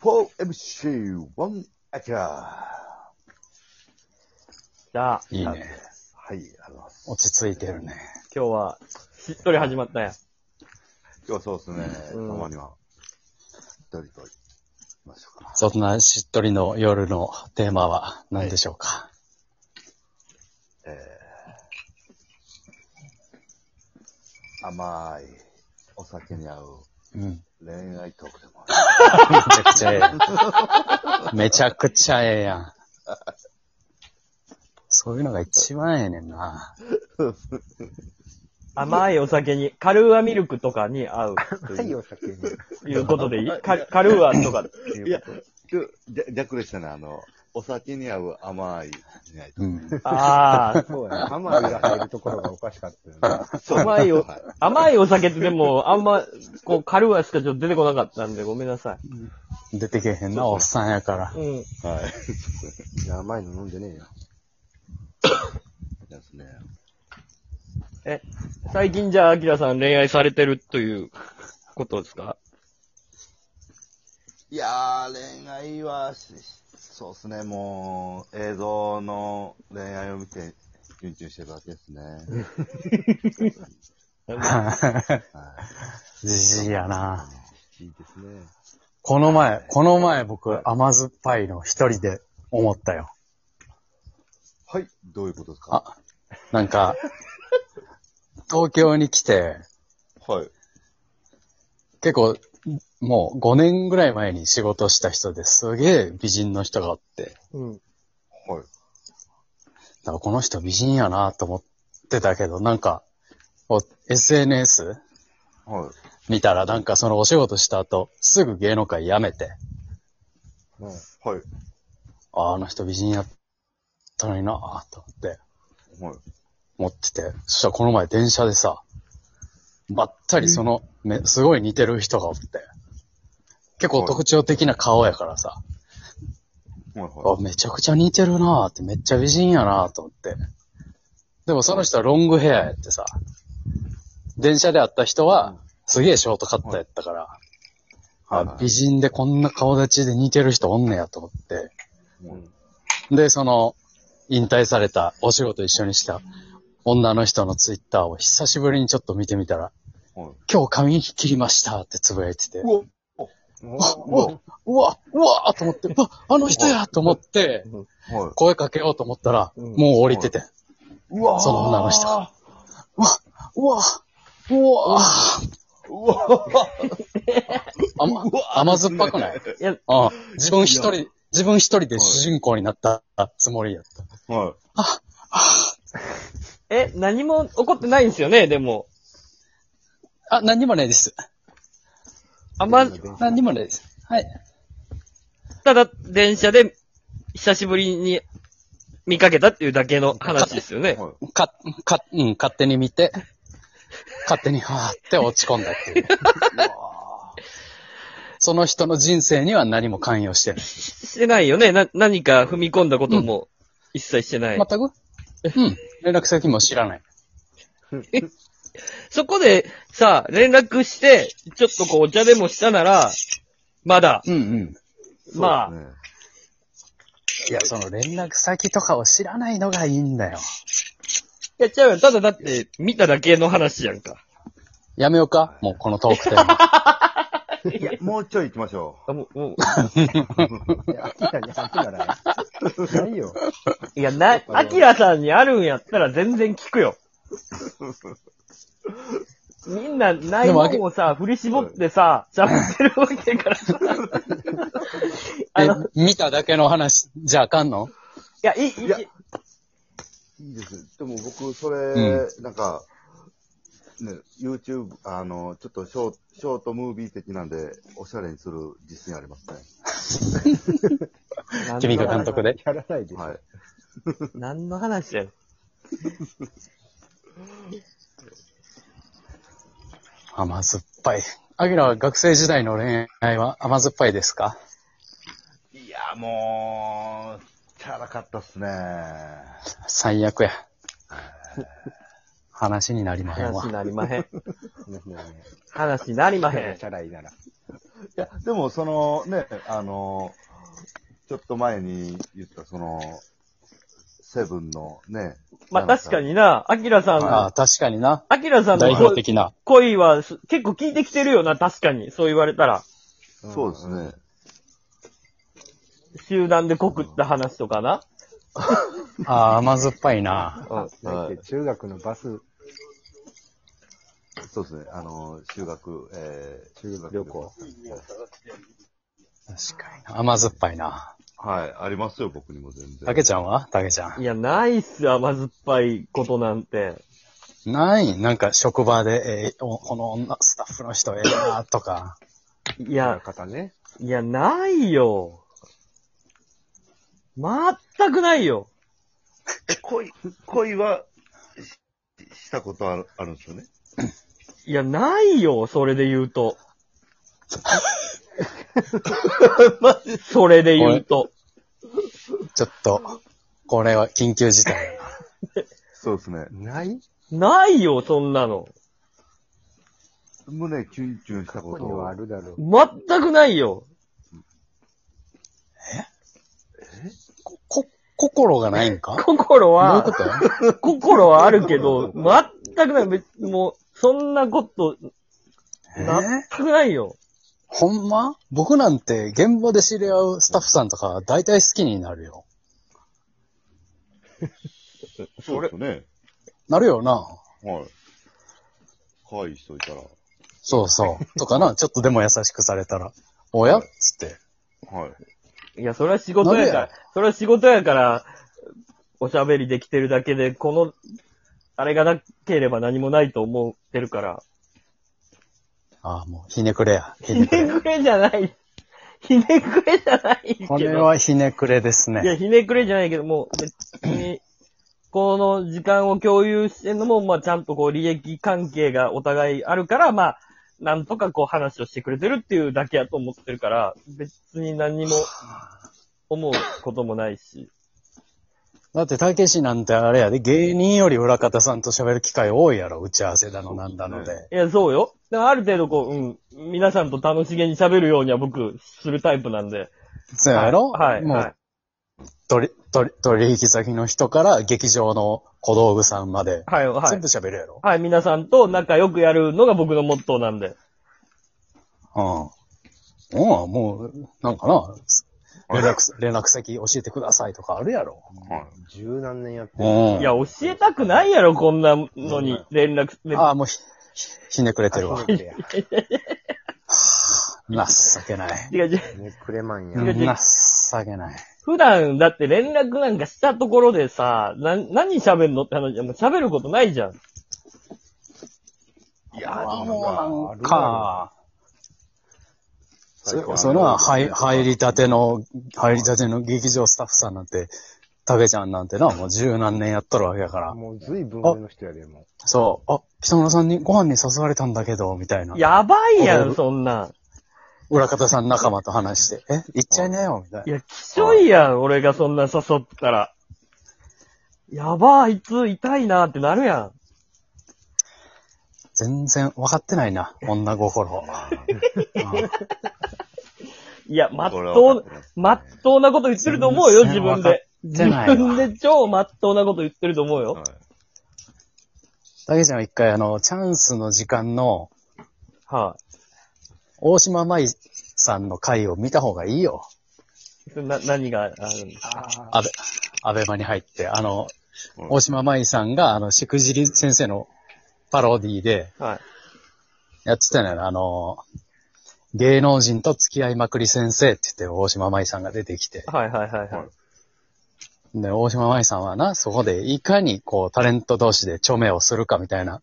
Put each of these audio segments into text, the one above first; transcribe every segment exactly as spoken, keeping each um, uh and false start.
フォーエムシーワン アキラじゃあ、 いいね。 はい、ありがとうございます。 落ち着いてるね。 今日は、しっとり始まったやん。 今日はそうですね、 うんたまには、一人と言いましょうか。 そんなしっとりの夜のテーマは何でしょうか。 えー、甘いお酒に合ううん。 恋愛トークでもめちゃくちゃええやん。めちゃくちゃええやん。そういうのが一番ええねんな。 甘いお酒に、カルーアミルクとかに合う。 甘いお酒に。 いうことでいいカカルーアとかっていやいうこじゃ逆でしたね、あの、お酒に合う甘い恋愛トーク。 うん。 と。ああ、 そうやね。甘いが入るところがおかしかったよね。 甘いおはい、 甘いお酒ってでも、あんま、こう、カルーアしかちょっと出てこなかったんで、ごめんなさ出てけへんな、おっさんやから。 い。うん。 はい。 いや、甘いの飲んでねえよ。 ですね。 え、最近じゃあ、アキラさん恋愛されてるということですか？ いやー、恋愛はし、そうですね、もう、映像の恋愛を見て、キュンキュンしてるだけですね。はい。 じじいやな。 いいですね。 この前、この前僕、甘酸っぱいの一人で思ったよ。 はい、どういうことですか？ あ、なんか、東京に来て、 はい。 結構、もうごねんぐらい前に仕事した人ですげえ美人の人がおって、 うん。 はい。 だからこの人美人やなと思ってたけど、なんか、こう エスエヌエスはい。 見たらなんかそのお仕事した後、すぐ芸能界辞めて、 うん。 はい。 あ、あの人美人やったのになぁと思って、 はい。 持ってて、そしたらこの前電車でさ、ばったりその、めすごい似てる人がおって、結構特徴的な顔やからさ、 はい。はあ、めちゃくちゃ似てるなぁって、めっちゃ美人やなぁと思って。でもその人はロングヘアやってさ、電車で会った人は、すげえショートカットやったから、 はいあ美人でこんな顔立ちで似てる人おんねやと思って。 い。 で、その、引退されたお仕事一緒にした女の人のツイッターを久しぶりにちょっと見てみたら、 はい。 今日髪切りましたってつぶやいてて、 うわおあうわ、うわ、うわと思って、あ、あの人やと思って、 はい。 声かけようと思ったら、 うんもう降りてて、 うわーその女の人が。うわ、うわ、うわ、 うわ甘、甘酸っぱくない？ いや、 ああ自分一人、自分一人で主人公になったつもりやった。 はい。 え、何も起こってないんですよね、でも。 あ、何にもないです。 あんま、 何にもないです。はい。 ただ、電車で、久しぶりに見かけたっていうだけの話ですよね。 はい。 か、か、うん、勝手に見て、勝手にはーって落ち込んだっていう。その人の人生には何も関与してない。 してないよね。な、何か踏み込んだことも一切してない。 全くうん。連絡先も知らない。 そこで、さ、連絡して、ちょっとこうお茶でもしたなら、まだ、 うんうん。 まあ、 そうですねいや、その連絡先とかを知らないのがいいんだよ。 いやっちゃうよ。ただだって、見ただけの話やんか。 やめようかもうこのトークテーマ。 いや、もうちょい行きましょあもう、もう、 いや、明らかにあるなら、ないよ。 いや、な、アキラさんにあるんやったら全然聞くよ。みんな、ないもんをさ、振り絞ってさ、喋ってるわけやからさ。あえの、い、 見ただけの話じゃあかんのや、いい、いいやう。いいです。でも僕、それ、 うなんか、ね、YouTube、あの、ちょっとショーショートムービー的なんで、おしゃれにする自信ありますね。 君が監督で。 やらないでしょ。 はい。 何の話やねん。 甘酸っぱい。アキラは学生時代の恋愛は甘酸っぱいですか？ いや、もう、チャラかったっすね。 最悪や。 話になりまへんわ話。になりまへん。 ねね話になりまへんチ。ャラいなら。 いや、でも、そのね、あの、ちょっと前に言った、その、セブンのね。 まあ確かにな、アキラさんあのあ、、確かにな。 アキラさんの代表的な。 恋はす結構聞いてきてるよな、確かに。そう言われたら。 そうですね。 集団で告った話とかな。 ああ、甘酸っぱいな。 うん。 だって中学のバス、 そうですね。あの、修学、えー、 修学旅行。 確かにな。甘酸っぱいな。 はい、ありますよ、僕にも全然。 たけちゃんはたけちゃん。 いや、ないっすよ、甘酸っぱいことなんて。 ないなんか職場で、えーおこの女、スタッフの人ええなとか。 いや、 方ね。 いや、ないよ。全くないよ。 恋、恋は、ししたことある、あるんですよね。 いや、ないよ、それで言うと。それで言うと。 ちょっと、これは緊急事態やな。 そうですね。 ないないよ、そんなの。 胸キュンキュンしたここことにはあを。 るだろう。 全くないよ。 こ、心がないんか心どういうはこ、と心はあるけど、全くない。別にもう、そんなこと、 えー全くないよ。 ほんま僕なんて現場で知り合うスタッフさんとか大体好きになるよ。 そうですね。 なるよな。 はい。可愛い人いたら。 そうそう。とかな、ちょっとでも優しくされたら、おやっつって。 はい。 いや、それは仕事やから、それは仕事やから、おしゃべりできてるだけで、この、あれがなければ何もないと思ってるから。 ああ、もうひねくれや。ひひねねくれ。 くれじゃない。ひねくれじゃないけど。 これはひねくれですいや、 ね。 ひねくれじゃないけど、もう、別に、この時間を共有してんのも、まあ、ちゃんとこう、利益関係がお互いあるから、まあ、なんとかこう話をしてくれてるっていうだけやと思ってるから、別に何にも思うこともないし。 だって、たけしなんてあれやで、芸人より裏方さんと喋る機会多いやろ、打ち合わせだのなんだので。 いや、そうよ。だからある程度こう、うん、皆さんと楽しげに喋るようには僕、するタイプなんで。 そうやろはい、 もう、 はい。 取り、取り、取引先の人から劇場の小道具さんまで、 はい、はい。 全部喋るやろ。 はい、皆さんと仲良くやるのが僕のモットーなんで。 うん。うん、もう、なんかな、連絡、連絡先教えてくださいとかあるやろ。 は十何年やってる。 うん。 いや、教えたくないやろ、こんなのに連絡、ねああ、もうひ、ひひねくれてるわ。 あひねくれや情けない。 違う違う。 ねくれまんや。 違う違う情けない。 普段、だって連絡なんかしたところでさ、な、何喋んのって話、もう喋ることないじゃん。 い。いやああ、 ー、 もうもなんか、 最近そそれは入入りたての、入りたての劇場スタッフさんなんて、たけちゃんなんてな、もう十何年やっとるわけやから。 もう随分上の人やで、もそう、あ、北村さんにご飯に誘われたんだけど、みたいな。 やばいやん、 踊るそんなん。 裏方さん仲間と話して、え、行っちゃいなよ、みたいな。 いや、きしょいやん、俺がそんな誘ったら。やば、あいつ痛いなってなるやん。 全然分かってないな、女心。うんいや、まっこれはとう分かってますね、 まっとうなこと言ってると思うよ、自分で。自全然分かってないわ分で超まっとうなこと言ってると思うよ。 はい。 たけちゃんは一回あの、チャンスの時間の、 は大島舞さんの回を見た方がいいよ。 い、それな、何があるんですか？ アベ、アベマに入って、あの、 うん大島舞さんが、あの、しくじり先生のパロディではい。 やってたのよ。あの、芸能人と付き合いまくり先生って言って大島舞さんが出てきて。 はいはいはいはい。 で、大島舞さんはな、そこでいかにこう、タレント同士で著名をするかみたいな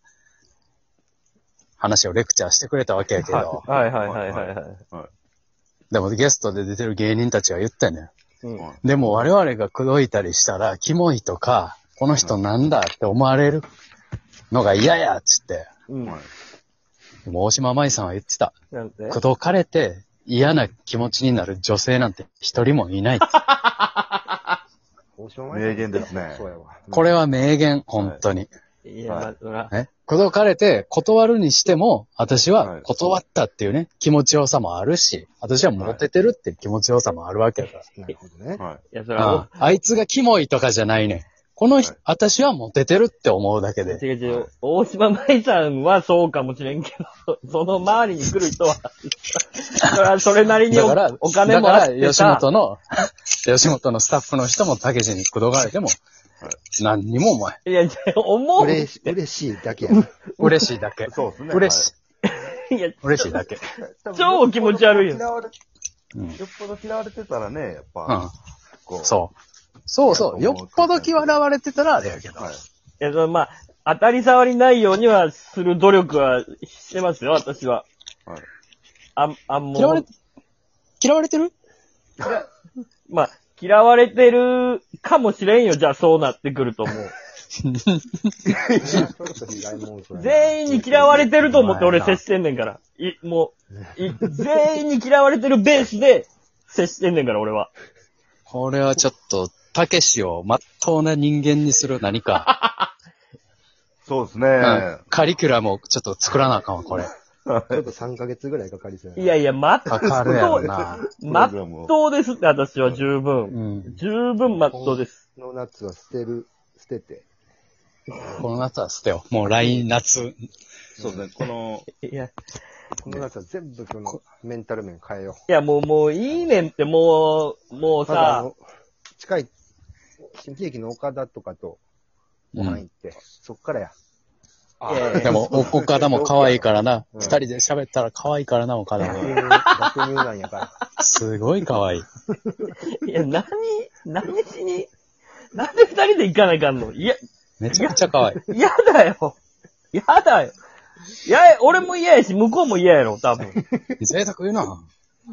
話をレクチャーしてくれたわけやけど、 はいはいはいはいはい。 でもゲストで出てる芸人たちは言ったのよ。 うん。 はいでも我々が口説いたりしたら、キモいとか、この人なんだって思われるのが嫌やっつって。 うん。 はい。 でも大島舞さんは言ってた。 なんて口説かれて嫌な気持ちになる女性なんて一人もいないって。 大島名言ですねそうやわ。 これは名言、本当に。 いや、まあ、そら。 え口説かれて断るにしても、私は断ったっていうね、気持ちよさもあるし、私はモテてるっていう気持ちよさもあるわけだから。 なるほどね。 はい。 いや、そら、 ああいつがキモいとかじゃないねん。この人、 はい私はモテてるって思うだけで。 違う違う。大島舞さんはそうかもしれんけど、その周りに来る人は、それはそれなりにおだから、 お金もあってだから吉さ、 本の、吉本のスタッフの人も竹地に口説かれても、何にも思えん。 いや、思う。 嬉し嬉しいだけやな。 嬉しいだけ。 そうですね。 嬉しい。 いや、 嬉しいだけ。 超気持ち悪いよ嫌われうん。 よっぽど嫌われてたらね、やっうぱ、 ん。 こう。 そう。そうそう。よっぽど気笑われてたらあれやけど。 はい。 いや、そのまあ、当たり障りないようにはする努力はしてますよ、私は。 はい。 あん、あんもう。 嫌われ、嫌われてるまあ、嫌われてるかもしれんよ、じゃあそうなってくると思う。全員に嫌われてると思って俺接してんねんから。い、もう、い、全員に嫌われてるベースで接してんねんから、俺は。 これはちょっと、たけしをまっとうな人間にする何か、 そうですね。 うんカリキュラムをちょっと作らなあかんわ、これ。 ちょっとさんかげつぐらいかかりそうやな。 いやいや、まっとかかるやろう、 な。 まっとうですって、私は十う分。 ん。 十分まっとうです。 この夏は捨てる、捨てて。 この夏は捨てよう。もう来夏。 そうですね。この、 いや、 この夏は全部そのメンタル面変えよいや、もう、もういいねんって、もう、もうう。まだあさ、 の、近い、新喜劇の岡田とかとご飯行って、そっからや。 いやいやでも、お岡田も可愛いからな。 うん二人で喋ったら可愛いからな、岡田も。 爆乳、爆乳なんやから。 すごい可愛い。 いや、何、何しに、なんで二人で行かないかんのいや、 めちゃくちゃ可愛い。 嫌だよ。嫌だよ。いや、俺も嫌やし、向こうも嫌やろ、多分。 贅沢言うな。